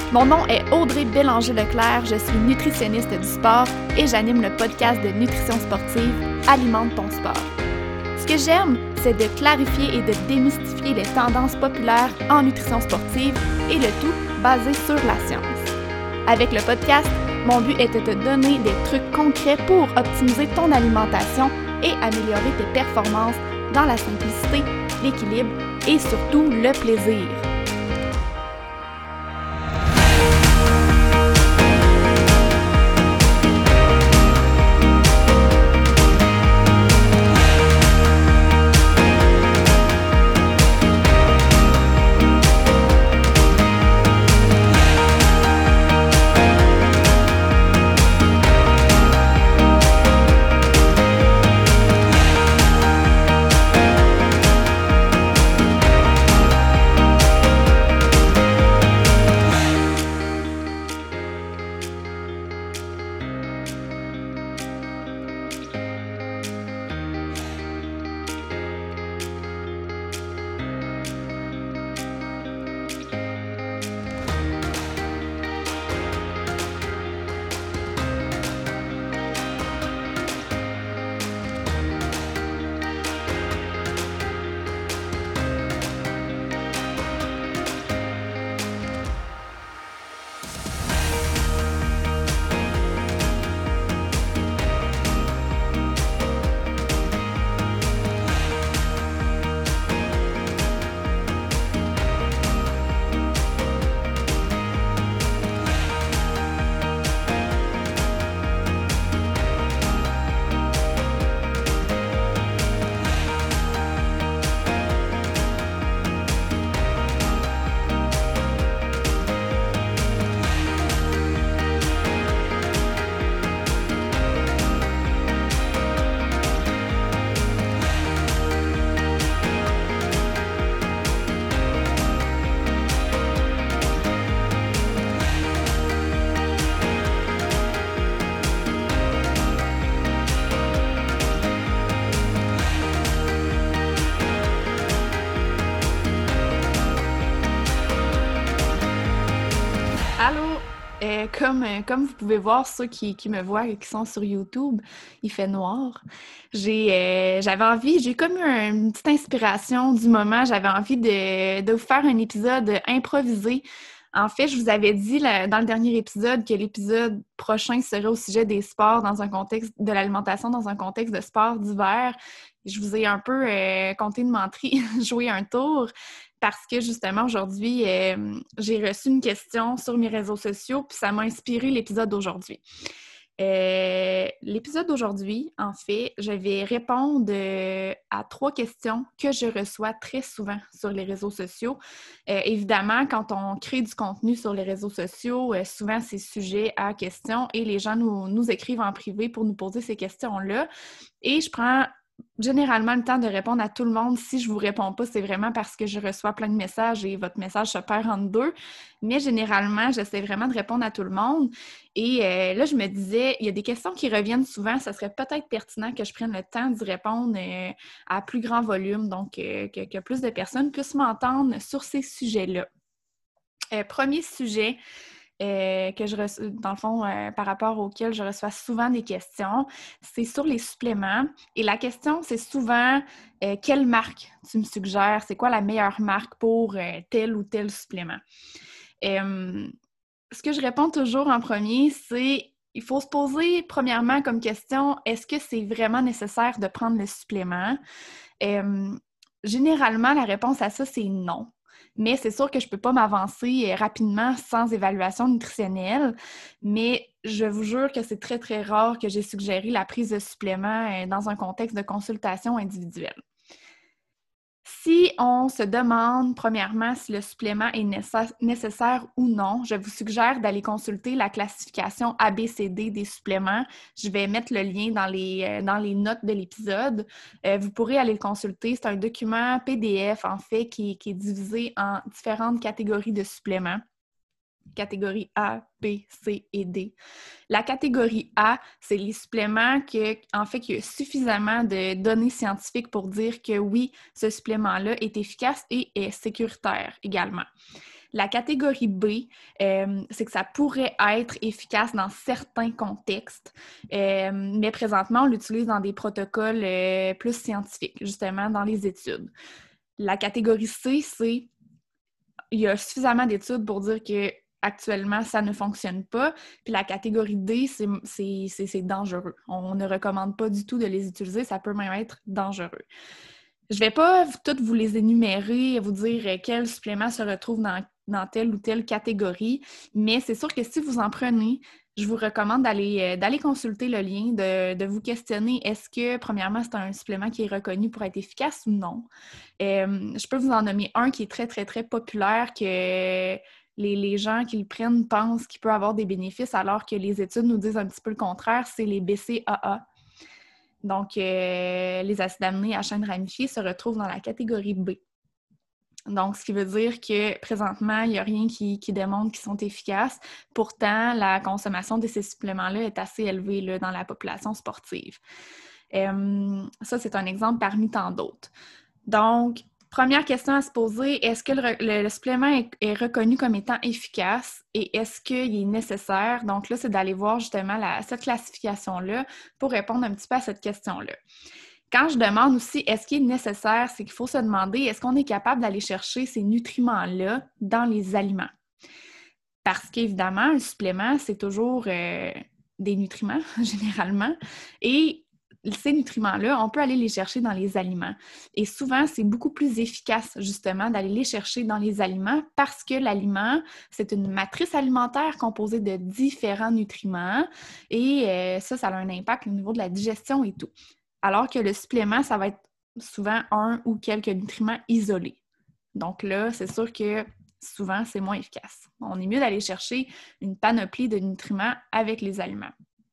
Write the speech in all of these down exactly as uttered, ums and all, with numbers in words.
Mon nom est Audrey Bélanger-Leclerc, je suis nutritionniste du sport et j'anime le podcast de nutrition sportive Alimente ton sport. Ce que j'aime, c'est de clarifier et de démystifier les tendances populaires en nutrition sportive et le tout basé sur la science. Avec le podcast, mon but est de te donner des trucs concrets pour optimiser ton alimentation et améliorer tes performances dans la simplicité, l'équilibre et surtout le plaisir. Allô, euh, comme, euh, comme vous pouvez voir, ceux qui, qui me voient et qui sont sur YouTube, il fait noir. J'ai, euh, j'avais envie, j'ai comme eu une petite inspiration du moment, j'avais envie de, de vous faire un épisode improvisé. En fait, je vous avais dit là, dans le dernier épisode que l'épisode prochain serait au sujet des sports dans un contexte de l'alimentation, dans un contexte de sport d'hiver. Je vous ai un peu euh, compté de menterie, joué un tour. Parce que justement, aujourd'hui, euh, j'ai reçu une question sur mes réseaux sociaux, puis ça m'a inspiré l'épisode d'aujourd'hui. Euh, l'épisode d'aujourd'hui, en fait, je vais répondre euh, à trois questions que je reçois très souvent sur les réseaux sociaux. Euh, évidemment, quand on crée du contenu sur les réseaux sociaux, euh, souvent c'est sujet à questions et les gens nous, nous écrivent en privé pour nous poser ces questions-là. Et je prends généralement le temps de répondre à tout le monde. Si je vous réponds pas, c'est vraiment parce que je reçois plein de messages et votre message se perd entre deux. Mais généralement, j'essaie vraiment de répondre à tout le monde. Et euh, là, je me disais, il y a des questions qui reviennent souvent. Ça serait peut-être pertinent que je prenne le temps d'y répondre euh, à plus grand volume, donc euh, que, que plus de personnes puissent m'entendre sur ces sujets-là. Euh, premier sujet, Euh, que je reçois, dans le fond, euh, par rapport auquel je reçois souvent des questions, c'est sur les suppléments. Et la question, c'est souvent euh, quelle marque tu me suggères? C'est quoi la meilleure marque pour euh, tel ou tel supplément? Euh, ce que je réponds toujours en premier, c'est il faut se poser premièrement comme question, est-ce que c'est vraiment nécessaire de prendre le supplément? Euh, généralement, la réponse à ça, c'est non. Mais c'est sûr que je ne peux pas m'avancer rapidement sans évaluation nutritionnelle, mais je vous jure que c'est très, très rare que j'ai suggéré la prise de suppléments dans un contexte de consultation individuelle. Si on se demande, premièrement, si le supplément est nécessaire ou non, je vous suggère d'aller consulter la classification A B C D des suppléments. Je vais mettre le lien dans les, dans les notes de l'épisode. Euh, vous pourrez aller le consulter. C'est un document P D F, en fait, qui, qui est divisé en différentes catégories de suppléments. Catégorie A, B, C et D. La catégorie A, c'est les suppléments que, en fait, qu'il y a suffisamment de données scientifiques pour dire que oui, ce supplément-là est efficace et est sécuritaire également. La catégorie B, euh, c'est que ça pourrait être efficace dans certains contextes, euh, mais présentement, on l'utilise dans des protocoles euh, plus scientifiques, justement, dans les études. La catégorie C, c'est il y a suffisamment d'études pour dire que actuellement, ça ne fonctionne pas. Puis la catégorie D, c'est, c'est, c'est, c'est dangereux. On ne recommande pas du tout de les utiliser. Ça peut même être dangereux. Je ne vais pas toutes vous les énumérer, vous dire quels suppléments se retrouvent dans, dans telle ou telle catégorie, mais c'est sûr que si vous en prenez, je vous recommande d'aller, d'aller consulter le lien, de, de vous questionner est-ce que, premièrement, c'est un supplément qui est reconnu pour être efficace ou non. Euh, je peux vous en nommer un qui est très, très, très populaire, que les, les gens qui le prennent pensent qu'il peut avoir des bénéfices, alors que les études nous disent un petit peu le contraire, c'est les B C A A. Donc, euh, les acides aminés à chaîne ramifiée se retrouvent dans la catégorie B. Donc, ce qui veut dire que présentement, il n'y a rien qui, qui démontre qu'ils sont efficaces. Pourtant, la consommation de ces suppléments-là est assez élevée là, dans la population sportive. Euh, ça, c'est un exemple parmi tant d'autres. Donc, première question à se poser, est-ce que le, le, le supplément est, est reconnu comme étant efficace et est-ce qu'il est nécessaire? Donc là, c'est d'aller voir justement la, cette classification-là pour répondre un petit peu à cette question-là. Quand je demande aussi est-ce qu'il est nécessaire, c'est qu'il faut se demander est-ce qu'on est capable d'aller chercher ces nutriments-là dans les aliments? Parce qu'évidemment, un supplément, c'est toujours euh, des nutriments, généralement, et ces nutriments-là, on peut aller les chercher dans les aliments. Et souvent, c'est beaucoup plus efficace, justement, d'aller les chercher dans les aliments parce que l'aliment, c'est une matrice alimentaire composée de différents nutriments et euh, ça, ça a un impact au niveau de la digestion et tout. Alors que le supplément, ça va être souvent un ou quelques nutriments isolés. Donc là, c'est sûr que souvent, c'est moins efficace. On est mieux d'aller chercher une panoplie de nutriments avec les aliments.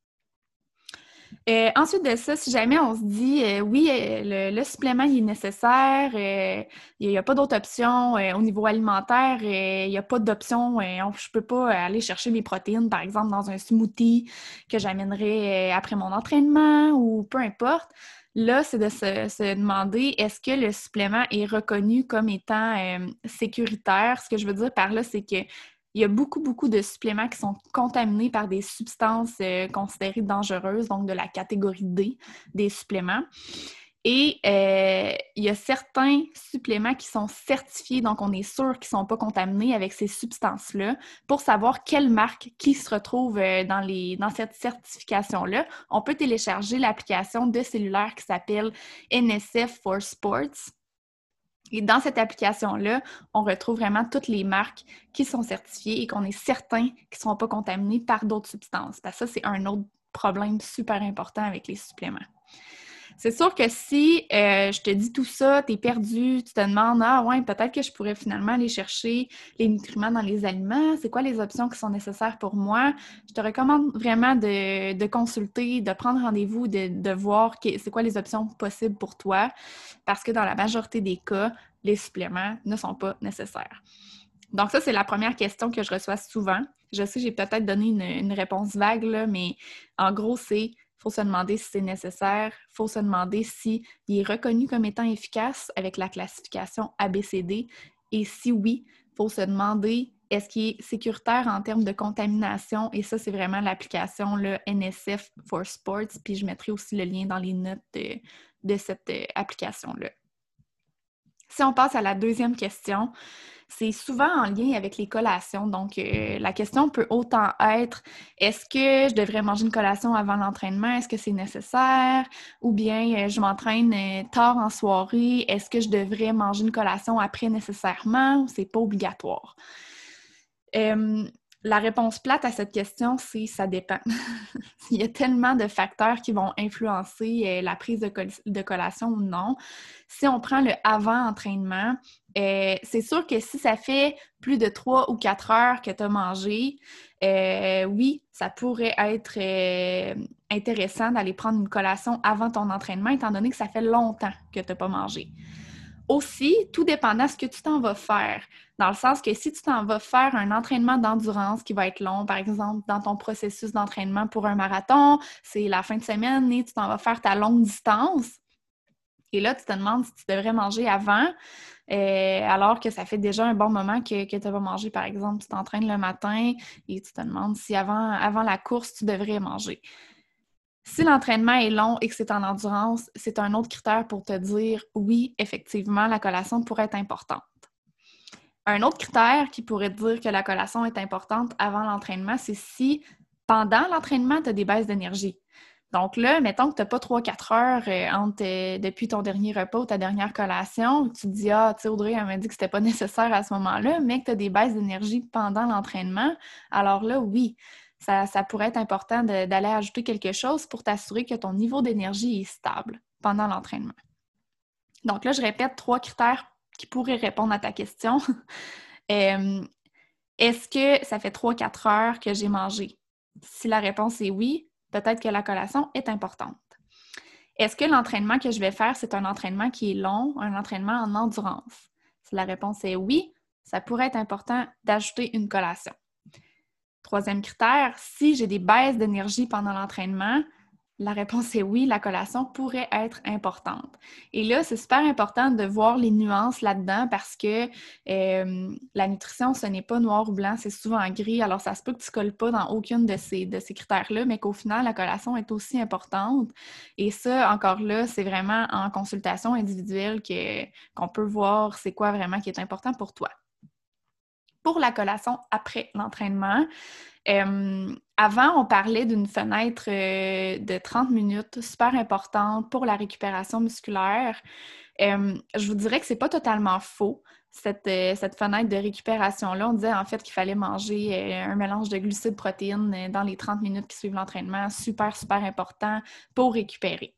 Euh, ensuite de ça, si jamais on se dit euh, oui, euh, le, le supplément il est nécessaire, euh, il n'y a, a pas d'autre option euh, au niveau alimentaire, euh, il n'y a pas d'option, euh, on, je ne peux pas aller chercher mes protéines, par exemple, dans un smoothie que j'amènerai euh, après mon entraînement ou peu importe. Là, c'est de se, se demander est-ce que le supplément est reconnu comme étant euh, sécuritaire. Ce que je veux dire par là, c'est que il y a beaucoup, beaucoup de suppléments qui sont contaminés par des substances euh, considérées dangereuses, donc de la catégorie D des suppléments. Et euh, il y a certains suppléments qui sont certifiés, donc on est sûr qu'ils ne sont pas contaminés avec ces substances-là. Pour savoir quelle marque qui se retrouve euh, dans, les, dans cette certification-là, on peut télécharger l'application de cellulaire qui s'appelle N S F for Sports. Et dans cette application-là, on retrouve vraiment toutes les marques qui sont certifiées et qu'on est certain qu'ils ne seront pas contaminés par d'autres substances. Parce que ça, c'est un autre problème super important avec les suppléments. C'est sûr que si euh, je te dis tout ça, tu es perdu, tu te demandes « Ah ouais, peut-être que je pourrais finalement aller chercher les nutriments dans les aliments. C'est quoi les options qui sont nécessaires pour moi? » Je te recommande vraiment de, de consulter, de prendre rendez-vous, de, de voir que, c'est quoi les options possibles pour toi parce que dans la majorité des cas, les suppléments ne sont pas nécessaires. Donc ça, c'est la première question que je reçois souvent. Je sais, j'ai peut-être donné une, une réponse vague, là, mais en gros, c'est il faut se demander si c'est nécessaire, il faut se demander s'il est reconnu comme étant efficace avec la classification A B C D et si oui, il faut se demander est-ce qu'il est sécuritaire en termes de contamination et ça, c'est vraiment l'application le N S F for Sports, puis je mettrai aussi le lien dans les notes de, de cette application-là. Si on passe à la deuxième question, c'est souvent en lien avec les collations. Donc, euh, la question peut autant être est-ce que je devrais manger une collation avant l'entraînement? Est-ce que c'est nécessaire? Ou bien, euh, je m'entraîne euh, tard en soirée. Est-ce que je devrais manger une collation après nécessairement? C'est pas obligatoire. Euh, la réponse plate à cette question, c'est ça dépend. Il y a tellement de facteurs qui vont influencer euh, la prise de, col- de collation ou non. Si on prend le avant-entraînement, euh, c'est sûr que si ça fait plus de trois ou quatre heures que tu as mangé, euh, oui, ça pourrait être euh, intéressant d'aller prendre une collation avant ton entraînement, étant donné que ça fait longtemps que tu n'as pas mangé. Aussi, tout dépendant de ce que tu t'en vas faire. Dans le sens que si tu t'en vas faire un entraînement d'endurance qui va être long, par exemple, dans ton processus d'entraînement pour un marathon, c'est la fin de semaine et tu t'en vas faire ta longue distance, Et là, tu te demandes si tu devrais manger avant, euh, alors que ça fait déjà un bon moment que, que tu vas manger. Par exemple, tu t'entraînes le matin et tu te demandes si avant, avant la course, tu devrais manger. Si l'entraînement est long et que c'est en endurance, c'est un autre critère pour te dire oui, effectivement, la collation pourrait être importante. Un autre critère qui pourrait te dire que la collation est importante avant l'entraînement, c'est si pendant l'entraînement, tu as des baisses d'énergie. Donc là, mettons que tu n'as pas trois quatre heures euh, entre, euh, depuis ton dernier repas ou ta dernière collation, tu te dis « Ah, tu sais, Audrey, elle m'a dit que c'était pas nécessaire à ce moment-là », mais que tu as des baisses d'énergie pendant l'entraînement, alors là, oui, ça, ça pourrait être important de, d'aller ajouter quelque chose pour t'assurer que ton niveau d'énergie est stable pendant l'entraînement. Donc là, je répète trois critères qui pourraient répondre à ta question. euh, est-ce que ça fait trois quatre heures que j'ai mangé? Si la réponse est oui, peut-être que la collation est importante. Est-ce que l'entraînement que je vais faire, c'est un entraînement qui est long, un entraînement en endurance? Si la réponse est oui, ça pourrait être important d'ajouter une collation. Troisième critère, si j'ai des baisses d'énergie pendant l'entraînement, la réponse est oui, la collation pourrait être importante. Et là, c'est super important de voir les nuances là-dedans parce que euh, la nutrition, ce n'est pas noir ou blanc, c'est souvent gris. Alors, ça se peut que tu ne colles pas dans aucune de ces, de ces critères-là, mais qu'au final, la collation est aussi importante. Et ça, encore là, c'est vraiment en consultation individuelle que, qu'on peut voir c'est quoi vraiment qui est important pour toi. Pour la collation après l'entraînement, Euh, avant, on parlait d'une fenêtre euh, de trente minutes, super importante pour la récupération musculaire. Euh, je vous dirais que c'est pas totalement faux, cette, euh, cette fenêtre de récupération-là. On disait en fait qu'il fallait manger euh, un mélange de glucides, protéines euh, dans les trente minutes qui suivent l'entraînement. Super, super important pour récupérer.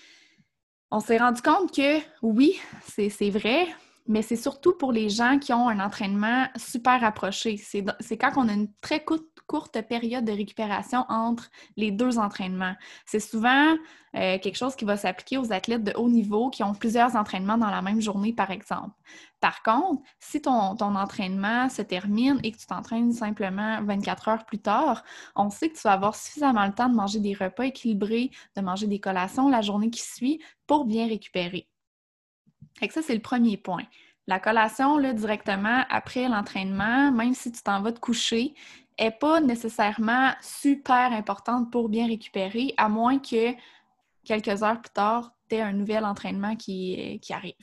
On s'est rendu compte que oui, c'est, c'est vrai, mais c'est surtout pour les gens qui ont un entraînement super rapproché. C'est, c'est quand on a une très courte, courte période de récupération entre les deux entraînements. C'est souvent euh, quelque chose qui va s'appliquer aux athlètes de haut niveau qui ont plusieurs entraînements dans la même journée, par exemple. Par contre, si ton, ton entraînement se termine et que tu t'entraînes simplement vingt-quatre heures plus tard, on sait que tu vas avoir suffisamment le temps de manger des repas équilibrés, de manger des collations la journée qui suit pour bien récupérer. Fait que ça, c'est le premier point. La collation, là, directement après l'entraînement, même si tu t'en vas te coucher, n'est pas nécessairement super importante pour bien récupérer, à moins que quelques heures plus tard, tu aies un nouvel entraînement qui, qui arrive.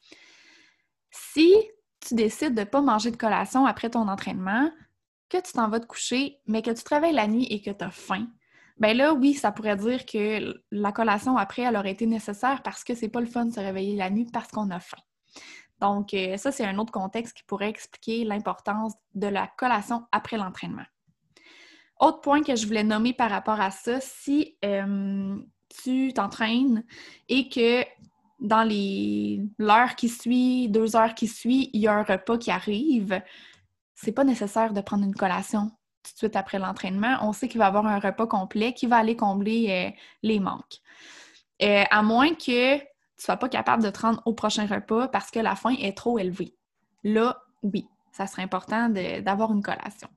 Si tu décides de ne pas manger de collation après ton entraînement, que tu t'en vas te coucher, mais que tu travailles la nuit et que tu as faim, bien là, oui, ça pourrait dire que la collation après, elle aurait été nécessaire parce que c'est pas le fun de se réveiller la nuit parce qu'on a faim. Donc, euh, ça, c'est un autre contexte qui pourrait expliquer l'importance de la collation après l'entraînement. Autre point que je voulais nommer par rapport à ça, si euh, tu t'entraînes et que dans les l'heure qui suit, deux heures qui suit, il y a un repas qui arrive, c'est pas nécessaire de prendre une collation tout de suite après l'entraînement. On sait qu'il va y avoir un repas complet qui va aller combler euh, les manques. Euh, à moins que tu ne sois pas capable de te rendre au prochain repas parce que la faim est trop élevée. Là, oui, ça serait important de, d'avoir une collation.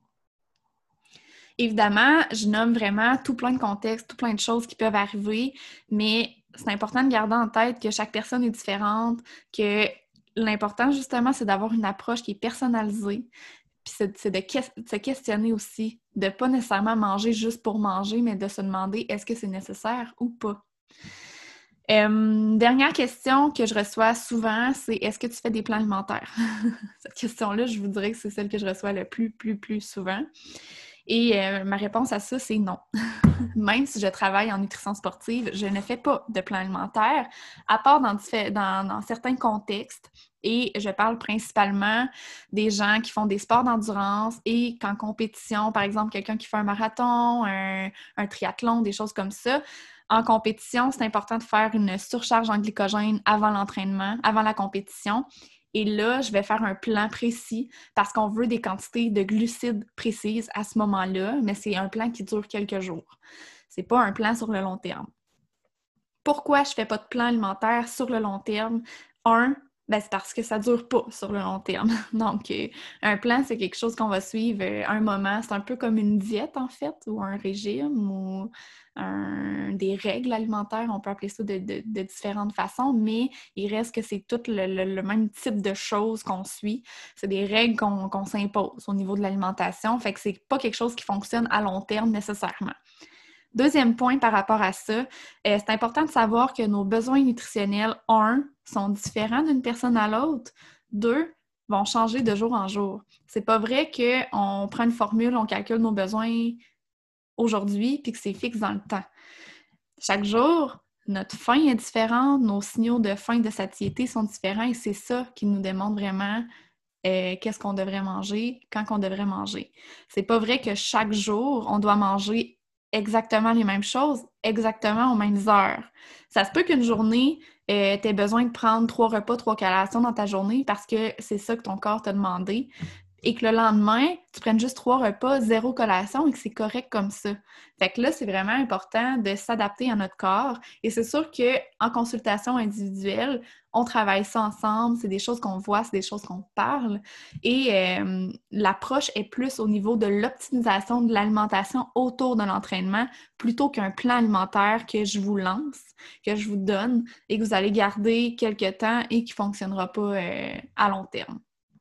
Évidemment, je nomme vraiment tout plein de contextes, tout plein de choses qui peuvent arriver, mais c'est important de garder en tête que chaque personne est différente, que l'important, justement, c'est d'avoir une approche qui est personnalisée, puis c'est, c'est de, que- de se questionner aussi, de ne pas nécessairement manger juste pour manger, mais de se demander est-ce que c'est nécessaire ou pas. Euh, dernière question que je reçois souvent, c'est est-ce que tu fais des plans alimentaires? Cette question-là, je vous dirais que c'est celle que je reçois le plus, plus, plus souvent. Et euh, ma réponse à ça, c'est non. Même si je travaille en nutrition sportive, je ne fais pas de plan alimentaire, à part dans, dans, dans certains contextes. Et je parle principalement des gens qui font des sports d'endurance et qu'en compétition, par exemple, quelqu'un qui fait un marathon, un, un triathlon, des choses comme ça. En compétition, c'est important de faire une surcharge en glycogène avant l'entraînement, avant la compétition. Et là, je vais faire un plan précis parce qu'on veut des quantités de glucides précises à ce moment-là, mais c'est un plan qui dure quelques jours. C'est pas un plan sur le long terme. Pourquoi je fais pas de plan alimentaire sur le long terme? Un, Ben, c'est parce que ça dure pas sur le long terme. Donc, euh, un plan, c'est quelque chose qu'on va suivre euh, un moment. C'est un peu comme une diète, en fait, ou un régime, ou un- des règles alimentaires. On peut appeler ça de, de- de différentes façons, mais il reste que c'est tout le, le- le même type de choses qu'on suit. C'est des règles qu'on qu'on s'impose au niveau de l'alimentation. Fait que c'est pas quelque chose qui fonctionne à long terme nécessairement. Deuxième point par rapport à ça, euh, c'est important de savoir que nos besoins nutritionnels, un, sont différents d'une personne à l'autre. Deux, vont changer de jour en jour. C'est pas vrai qu'on prend une formule, on calcule nos besoins aujourd'hui, puis que c'est fixe dans le temps. Chaque jour, notre faim est différente, nos signaux de faim, de satiété sont différents et c'est ça qui nous demande vraiment euh, qu'est-ce qu'on devrait manger, quand qu'on devrait manger. C'est pas vrai que chaque jour, on doit manger exactement les mêmes choses, exactement aux mêmes heures. Ça se peut qu'une journée, euh, tu aies besoin de prendre trois repas, trois collations dans ta journée parce que c'est ça que ton corps t'a demandé et que le lendemain, tu prennes juste trois repas, zéro collation et que c'est correct comme ça. Fait que là, c'est vraiment important de s'adapter à notre corps et c'est sûr qu'en consultation individuelle, on travaille ça ensemble, c'est des choses qu'on voit, c'est des choses qu'on parle et euh, l'approche est plus au niveau de l'optimisation de l'alimentation autour de l'entraînement plutôt qu'un plan alimentaire que je vous lance, que je vous donne et que vous allez garder quelque temps et qui ne fonctionnera pas euh, à long terme.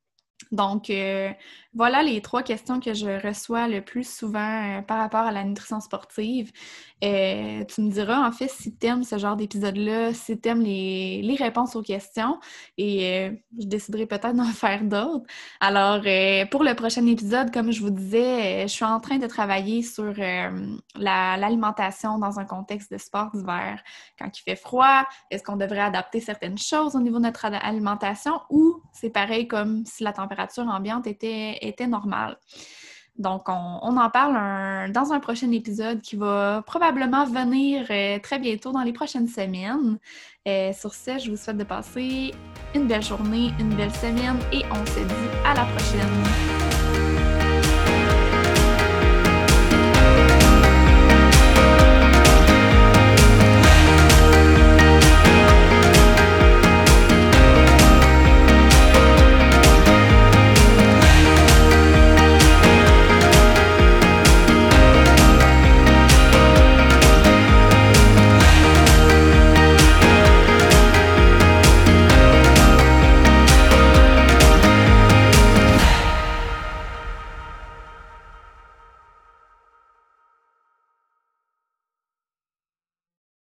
Donc, euh, voilà les trois questions que je reçois le plus souvent euh, par rapport à la nutrition sportive. Euh, tu me diras, en fait, si tu aimes ce genre d'épisode-là, si tu aimes les, les réponses aux questions, et euh, je déciderai peut-être d'en faire d'autres. Alors, euh, pour le prochain épisode, comme je vous disais, euh, je suis en train de travailler sur euh, la, l'alimentation dans un contexte de sport d'hiver. Quand il fait froid, est-ce qu'on devrait adapter certaines choses au niveau de notre alimentation ou c'est pareil comme si la température ambiante était, était normale. Donc, on, on en parle un, dans un prochain épisode qui va probablement venir euh, très bientôt dans les prochaines semaines. Euh, sur ce, je vous souhaite de passer une belle journée, une belle semaine et on se dit à la prochaine.